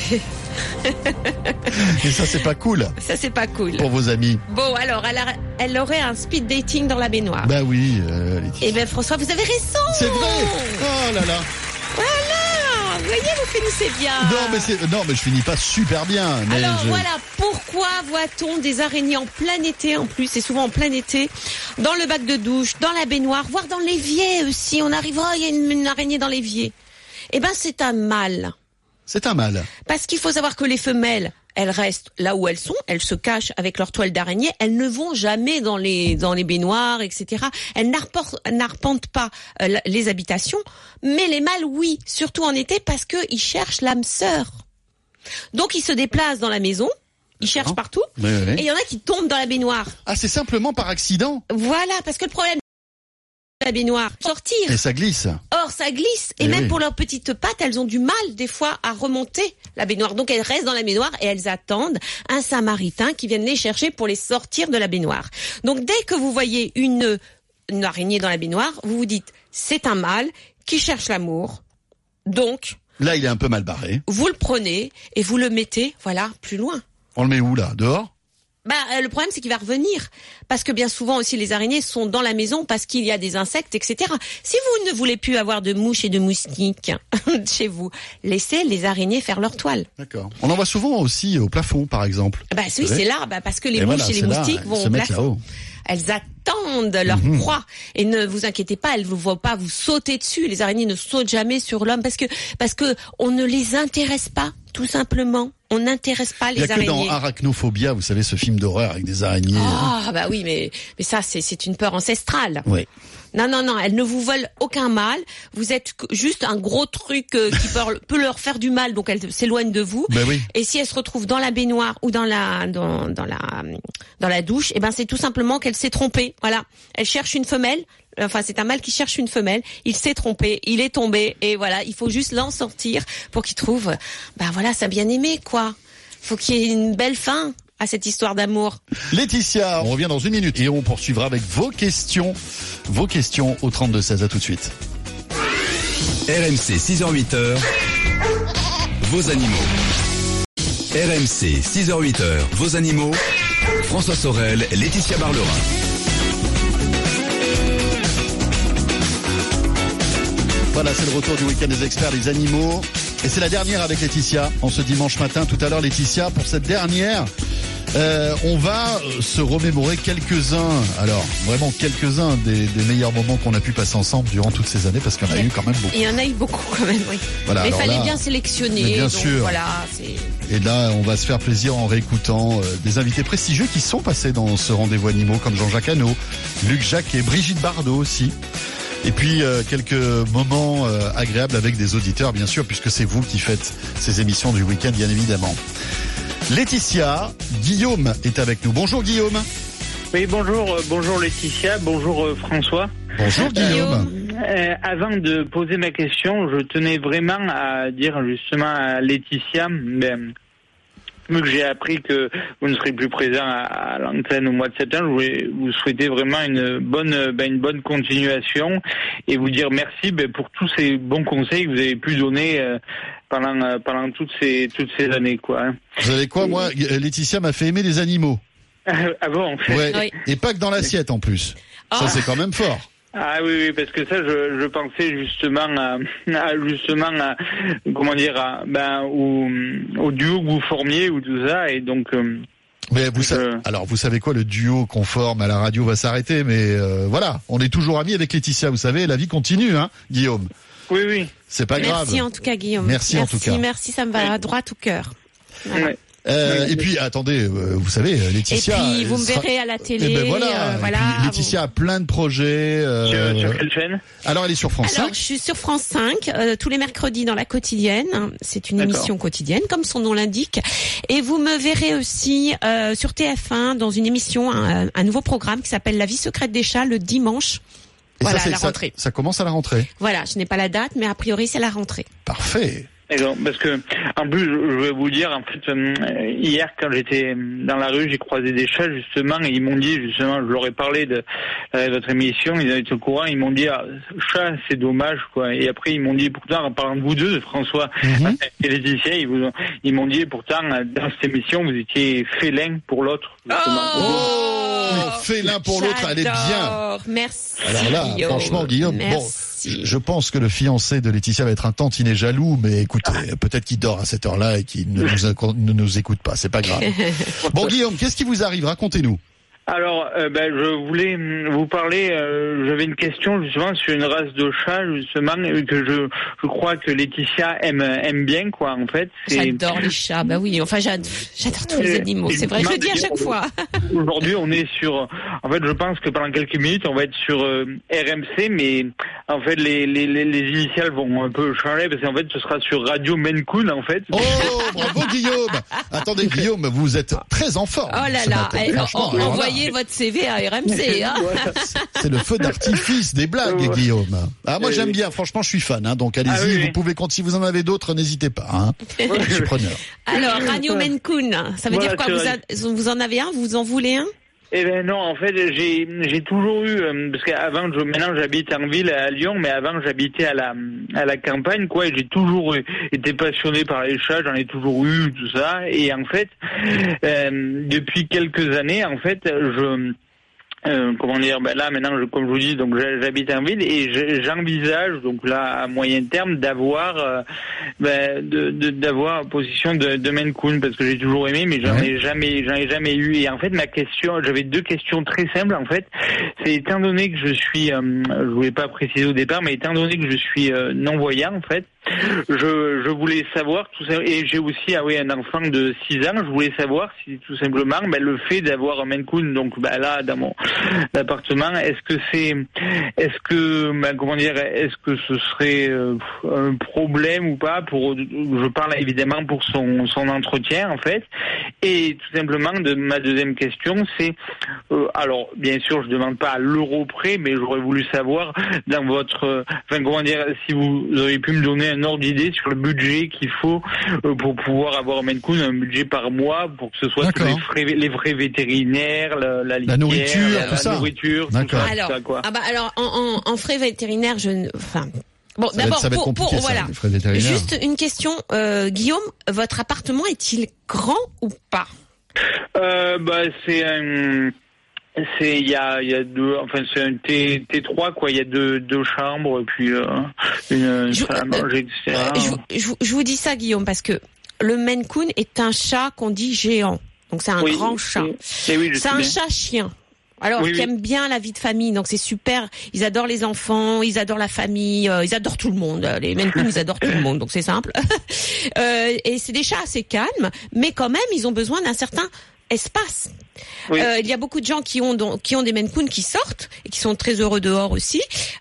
Et ça, c'est pas cool. Ça, c'est pas cool. Pour vos amis. Bon, alors, elle aurait un speed dating dans la baignoire. Bah oui. Eh ben, François, vous avez raison. C'est vrai. Oh là là. Voilà. Vous voyez, vous finissez bien. Non, mais je finis pas super bien. Mais alors voilà, pourquoi voit-on des araignées en plein été en plus, et souvent en plein été, dans le bac de douche, dans la baignoire, voire dans l'évier aussi. On arrive, il y a une araignée dans l'évier. Eh ben, c'est un mâle. C'est un mâle. Parce qu'il faut savoir que les femelles, elles restent là où elles sont, elles se cachent avec leur toile d'araignée, elles ne vont jamais dans les baignoires, etc. Elles n'arpentent pas les habitations, mais les mâles, oui, surtout en été, parce qu'ils cherchent l'âme sœur. Donc ils se déplacent dans la maison, ils cherchent partout, oui. Et il y en a qui tombent dans la baignoire. Ah, c'est simplement par accident. Voilà, parce que le problème la baignoire, sortir. Et ça glisse. Or, ça glisse. Et même pour leurs petites pattes, elles ont du mal, des fois, à remonter la baignoire. Donc, elles restent dans la baignoire et elles attendent un samaritain qui vienne les chercher pour les sortir de la baignoire. Donc, dès que vous voyez une araignée dans la baignoire, vous vous dites, c'est un mâle qui cherche l'amour. Donc. Là, il est un peu mal barré. Vous le prenez et vous le mettez, voilà, plus loin. On le met où, là? Dehors? Le problème, c'est qu'il va revenir. Parce que bien souvent aussi, les araignées sont dans la maison parce qu'il y a des insectes, etc. Si vous ne voulez plus avoir de mouches et de moustiques chez vous, laissez les araignées faire leur toile. D'accord. On en voit souvent aussi au plafond, par exemple. Oui, c'est là, parce que les mouches et les moustiques vont au plafond. Elles attendent leur proie. Et ne vous inquiétez pas, elles ne vont pas vous sauter dessus. Les araignées ne sautent jamais sur l'homme parce que on ne les intéresse pas, tout simplement. On n'intéresse pas les araignées. Il y a que dans Arachnophobia, vous savez, ce film d'horreur avec des araignées. Ah, bah oui, mais ça, c'est une peur ancestrale. Oui. Non, elles ne vous volent aucun mal. Vous êtes juste un gros truc qui peut leur faire du mal, donc elles s'éloignent de vous. Ben oui. Et si elles se retrouvent dans la baignoire ou dans la douche, c'est tout simplement qu'elle s'est trompée. Voilà. Elle cherche une femelle. Enfin, c'est un mâle qui cherche une femelle. Il s'est trompé, il est tombé, et voilà, il faut juste l'en sortir pour qu'il trouve, sa bien-aimée, quoi. Faut qu'il y ait une belle fin à cette histoire d'amour. Laetitia, on revient dans une minute et on poursuivra avec vos questions au 32-16. À tout de suite. RMC 6h-8h, vos animaux. RMC 6h-8h, vos animaux. François Sorel, Laetitia Barlerin. Voilà, c'est le retour du week-end des experts, les animaux. Et c'est la dernière avec Laetitia, en ce dimanche matin. Tout à l'heure, Laetitia, pour cette dernière, on va se remémorer quelques-uns, alors vraiment quelques-uns des meilleurs moments qu'on a pu passer ensemble durant toutes ces années, parce qu'il y en a eu quand même beaucoup. Il y en a eu beaucoup quand même, oui. Voilà, mais il fallait bien sélectionner. Bien donc sûr. Voilà, et là, on va se faire plaisir en réécoutant des invités prestigieux qui sont passés dans ce rendez-vous animaux, comme Jean-Jacques Hano, Luc Jacquet, Brigitte Bardot aussi. Et puis quelques moments agréables avec des auditeurs, bien sûr, puisque c'est vous qui faites ces émissions du week-end, bien évidemment. Laetitia, Guillaume est avec nous. Bonjour Guillaume. Oui, bonjour Laetitia, bonjour François. Bonjour Guillaume. Avant de poser ma question, je tenais vraiment à dire justement à Laetitia, vu que j'ai appris que vous ne serez plus présent à l'antenne au mois de septembre, je voulais vous souhaiter vraiment une bonne continuation et vous dire merci pour tous ces bons conseils que vous avez pu donner pendant toutes ces années, quoi. Vous savez quoi, moi, Laetitia m'a fait aimer les animaux. Ah bon, en fait. Ouais. Oui. Et pas que dans l'assiette en plus. Ça c'est quand même fort. Ah oui, parce que ça, je pensais justement au duo que vous formiez ou tout ça, et donc. Mais vous savez quoi, le duo qu'on forme à la radio va s'arrêter, mais voilà, on est toujours amis avec Laetitia, vous savez, la vie continue, hein, Guillaume. Oui. C'est pas grave. Merci en tout cas, Guillaume. Merci en tout cas. Merci, ça me va droit au cœur. Voilà. Ouais. Et puis attendez, vous savez, Laetitia. Et puis vous me verrez à la télé. Et voilà. Et puis, Laetitia a plein de projets. Sur quelle chaîne ? Alors elle est sur France 5. Alors je suis sur France 5 tous les mercredis dans La Quotidienne. C'est une émission quotidienne, comme son nom l'indique. Et vous me verrez aussi sur TF1 dans une émission, un nouveau programme qui s'appelle La vie secrète des chats le dimanche. Et voilà, ça, à la rentrée. Ça commence à la rentrée. Voilà, je n'ai pas la date, mais a priori c'est la rentrée. Parfait. D'accord, parce que en plus, je vais vous dire, en fait, hier quand j'étais dans la rue, j'ai croisé des chats justement, et ils m'ont dit justement, je leur ai parlé de votre émission, ils étaient au courant, ils m'ont dit chat, c'est dommage quoi. Et après ils m'ont dit pourtant en parlant de vous deux, de François et Laetitia, ils m'ont dit pourtant dans cette émission vous étiez félin pour l'autre. Félin pour l'autre, elle est bien. Merci. Alors là, Guillaume. franchement, Guillaume, je pense que le fiancé de Laetitia va être un tantinet jaloux, mais écoutez, peut-être qu'il dort à cette heure-là et qu'il ne nous écoute pas, c'est pas grave. Bon, Guillaume, qu'est-ce qui vous arrive? Racontez-nous. Alors, je voulais vous parler. J'avais une question justement sur une race de chat justement que je crois que Laetitia aime bien quoi. En fait, j'adore les chats. Bah oui. Enfin, j'adore tous les animaux. C'est vrai. Je le dis à chaque fois. Aujourd'hui, on est sur. En fait, je pense que pendant quelques minutes, on va être sur RMC, mais en fait, les initiales vont un peu changer parce qu'en fait, ce sera sur Radio Maine Coon en fait. Oh, bravo Guillaume. Attendez, Guillaume, vous êtes très en forme. Oh là là. Envoyez votre CV à RMC. Hein. C'est le feu d'artifice des blagues, Guillaume. Moi j'aime bien, franchement je suis fan, donc allez-y, vous pouvez si vous en avez d'autres, n'hésitez pas. Je suis preneur. Alors, Radio Maine Coon, ça veut dire quoi? Vous en avez un? Vous en voulez un? Eh ben non, en fait, j'ai toujours eu parce qu'avant maintenant j'habite en ville à Lyon, mais avant j'habitais à la campagne quoi, et j'ai toujours été passionné par les chats, j'en ai toujours eu tout ça, et en fait depuis quelques années en fait là maintenant comme je vous dis, donc j'habite en ville et j'envisage donc là à moyen terme d'avoir d'avoir position de Maine Coon parce que j'ai toujours aimé, mais j'en ai jamais eu. Et en fait j'avais deux questions très simples en fait. C'est étant donné que je suis je voulais pas préciser au départ, mais étant donné que je suis non voyant en fait, je voulais savoir tout ça, et j'ai aussi un enfant de 6 ans, je voulais savoir si tout simplement le fait d'avoir un Maine Coon donc là dans mon appartement, est-ce que ce serait un problème ou pas je parle évidemment pour son entretien en fait. Et tout simplement ma deuxième question c'est alors bien sûr je demande pas à l'euro près, mais j'aurais voulu savoir dans votre si vous auriez pu me donner un ordre d'idée sur le budget qu'il faut pour pouvoir avoir un Maine Coon, un budget par mois pour que ce soit les frais vétérinaires, la litière, nourriture, tout ça. D'accord. Alors, tout ça, quoi. Alors en frais vétérinaires, bon, d'abord, ça va être compliqué, voilà. Les frais vétérinaires. Juste une question, Guillaume, votre appartement est-il grand ou pas? C'est c'est un T3 quoi, il y a deux chambres et puis une salle à manger, etc. Je vous dis ça, Guillaume, parce que le Maine Coon est un chat qu'on dit géant. Donc c'est un grand chat. C'est un chat chien. Alors, qui aiment bien la vie de famille, donc c'est super. Ils adorent les enfants, ils adorent la famille, ils adorent tout le monde. Les Maine Coon, ils adorent tout le monde, donc c'est simple. Et c'est des chats assez calmes, mais quand même, ils ont besoin d'un certain espace. Il y a beaucoup de gens qui ont des Maine Coon qui sortent et qui sont très heureux dehors aussi.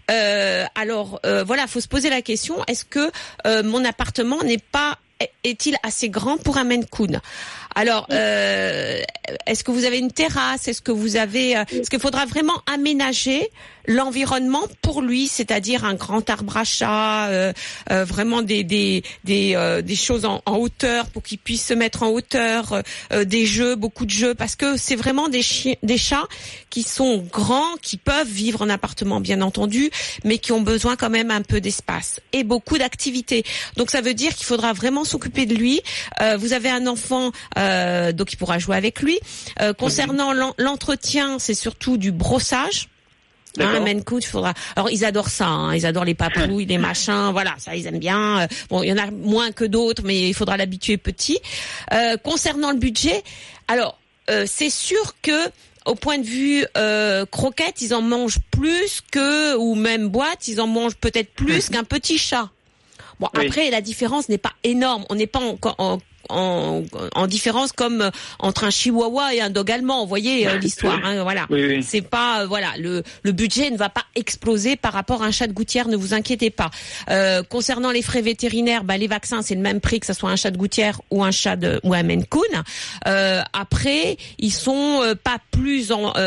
Faut se poser la question, est-ce que mon appartement est-il assez grand pour un Maine Coon? Alors, est-ce que vous avez une terrasse? Est-ce qu'il faudra vraiment aménager l'environnement pour lui, c'est-à-dire un grand arbre à chat, vraiment des choses en hauteur pour qu'il puisse se mettre en hauteur, des jeux, beaucoup de jeux, parce que c'est vraiment des chats qui sont grands, qui peuvent vivre en appartement bien entendu, mais qui ont besoin quand même un peu d'espace et beaucoup d'activités. Donc ça veut dire qu'il faudra vraiment s'occuper de lui. Vous avez un enfant, donc il pourra jouer avec lui. Concernant l'entretien, c'est surtout du brossage. Maine Coon, Alors ils adorent ça, ils adorent les papouilles, les machins, voilà, ça ils aiment bien. Bon, il y en a moins que d'autres, mais il faudra l'habituer petit. Concernant le budget, alors c'est sûr que au point de vue croquettes, ils en mangent plus ou même boîte, ils en mangent peut-être plus qu'un petit chat. Bon, après la différence n'est pas énorme, on n'est pas en différence comme entre un chihuahua et un dog allemand, vous voyez l'histoire, voilà. C'est pas le budget ne va pas exploser par rapport à un chat de gouttière, ne vous inquiétez pas. Concernant les frais vétérinaires, les vaccins c'est le même prix que ça soit un chat de gouttière ou un Maine Coon. Après, ils sont pas plus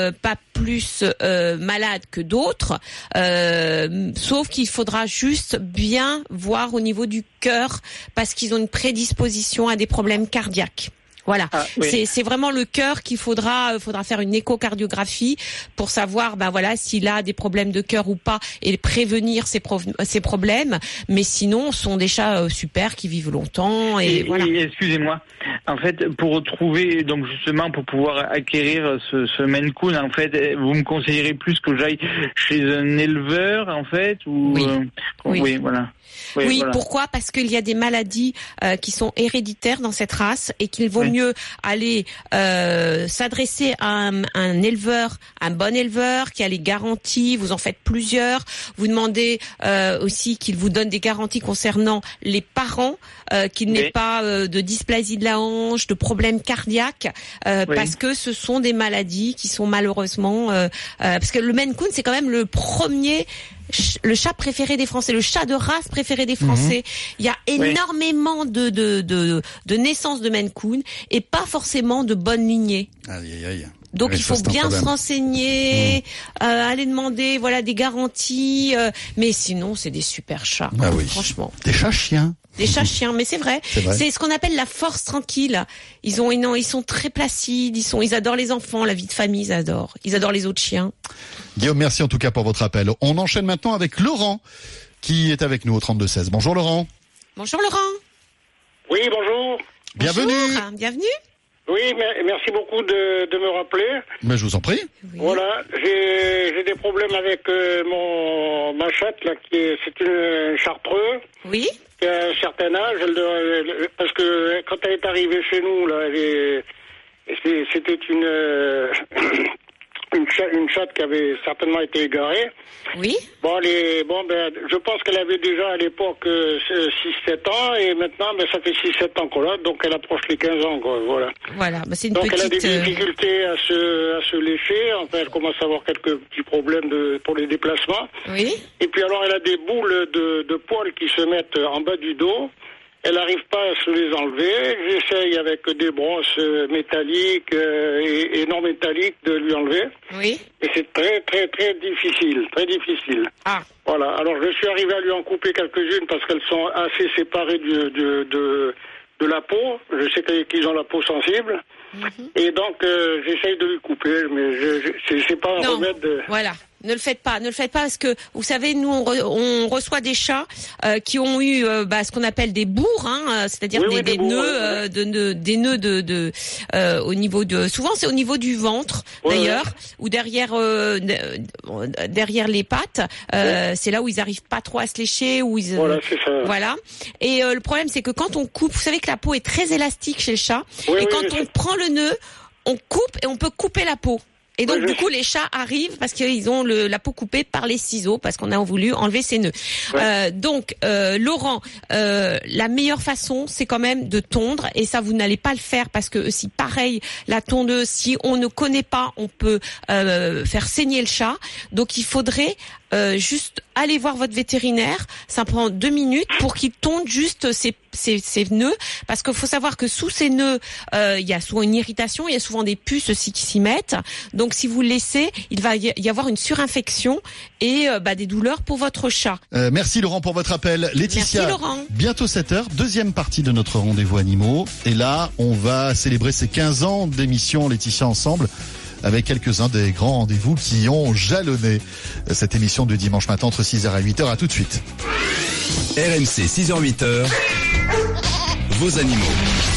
malades que d'autres, sauf qu'il faudra juste bien voir au niveau du cœur parce qu'ils ont une prédisposition à des problèmes cardiaques. Voilà, c'est vraiment le cœur qu'il faudra faire une échocardiographie pour savoir s'il a des problèmes de cœur ou pas et prévenir ces problèmes. Mais sinon, ce sont des chats super qui vivent longtemps et voilà. Et excusez-moi, en fait, pour trouver donc justement pour pouvoir acquérir ce Maine Coon, en fait, vous me conseillerez plus que j'aille chez un éleveur en fait ou oui, voilà. Oui, voilà. Pourquoi ? Parce qu'il y a des maladies qui sont héréditaires dans cette race et qu'il vaut mieux aller s'adresser à un éleveur, un bon éleveur qui a les garanties. Vous en faites plusieurs. Vous demandez aussi qu'il vous donne des garanties concernant les parents, qu'il n'ait pas de dysplasie de la hanche, de problèmes cardiaques, parce que ce sont des maladies qui sont malheureusement... parce que le Maine Coon, c'est quand même le chat préféré des Français, le chat de race préféré des Français. Il y a énormément de naissances de Maine Coon et pas forcément de bonnes lignées. Donc il faut bien se renseigner, aller demander des garanties, mais sinon c'est des super chats, franchement. Des chats chiens. Des chats chiens, mais c'est vrai. C'est ce qu'on appelle la force tranquille. Ils sont très placides, ils adorent les enfants, la vie de famille, ils adorent les autres chiens. Guillaume, merci en tout cas pour votre appel. On enchaîne maintenant avec Laurent qui est avec nous au 32-16. Bonjour Laurent. Bonjour Laurent. Oui, bonjour. Bienvenue. Bonjour, bienvenue. Oui, merci beaucoup de me rappeler. Mais je vous en prie. Oui. Voilà, j'ai des problèmes avec ma chatte là, c'est une chartreux. Oui. Qui a un certain âge, parce que quand elle est arrivée chez nous là, c'était une chatte qui avait certainement été égarée. Oui. Je pense qu'elle avait déjà à l'époque 6-7 ans et maintenant ça fait 6-7 ans qu'on l'a, donc elle approche les 15 ans quoi, voilà. Voilà, c'est une donc petite... elle a des difficultés à se lécher, enfin elle commence à avoir quelques petits problèmes pour les déplacements. Oui. Et puis alors elle a des boules de poils qui se mettent en bas du dos. Elle n'arrive pas à se les enlever. J'essaye avec des brosses métalliques et non métalliques de lui enlever. Oui. Et c'est très, très, très difficile. Très difficile. Ah. Voilà. Alors, je suis arrivé à lui en couper quelques-unes parce qu'elles sont assez séparées de la peau. Je sais qu'ils ont la peau sensible. Et donc, j'essaye de lui couper. Mais c'est pas un remède... Voilà. Ne le faites pas parce que vous savez, nous on reçoit des chats qui ont eu ce qu'on appelle des bourres, c'est-à-dire des nœuds, des nœuds au niveau de, souvent c'est au niveau du ventre d'ailleurs, ou derrière les pattes. C'est là où ils arrivent pas trop à se lécher, où ils c'est ça. Voilà. Et le problème c'est que quand on coupe, vous savez que la peau est très élastique chez le chat, et quand on prend le nœud, on coupe et on peut couper la peau. Et donc, du coup, les chats arrivent parce qu'ils ont la peau coupée par les ciseaux, parce qu'on a voulu enlever ces nœuds. Laurent, la meilleure façon, c'est quand même de tondre. Et ça, vous n'allez pas le faire parce que si pareil, la tondeuse, si on ne connaît pas, on peut faire saigner le chat. Donc, il faudrait juste aller voir votre vétérinaire. Ça prend 2 minutes pour qu'il tonde juste ces nœuds, parce qu'il faut savoir que sous ces nœuds, il y a souvent une irritation, il y a souvent des puces aussi qui s'y mettent. Donc si vous le laissez, il va y avoir une surinfection et des douleurs pour votre chat. Merci Laurent pour votre appel. Laetitia, merci Laurent. Bientôt 7h, deuxième partie de notre rendez-vous animaux. Et là, on va célébrer ces 15 ans d'émission Laetitia Ensemble, avec quelques-uns des grands rendez-vous qui ont jalonné cette émission de dimanche matin entre 6h et 8h. À tout de suite. RMC 6h-8h, vos animaux.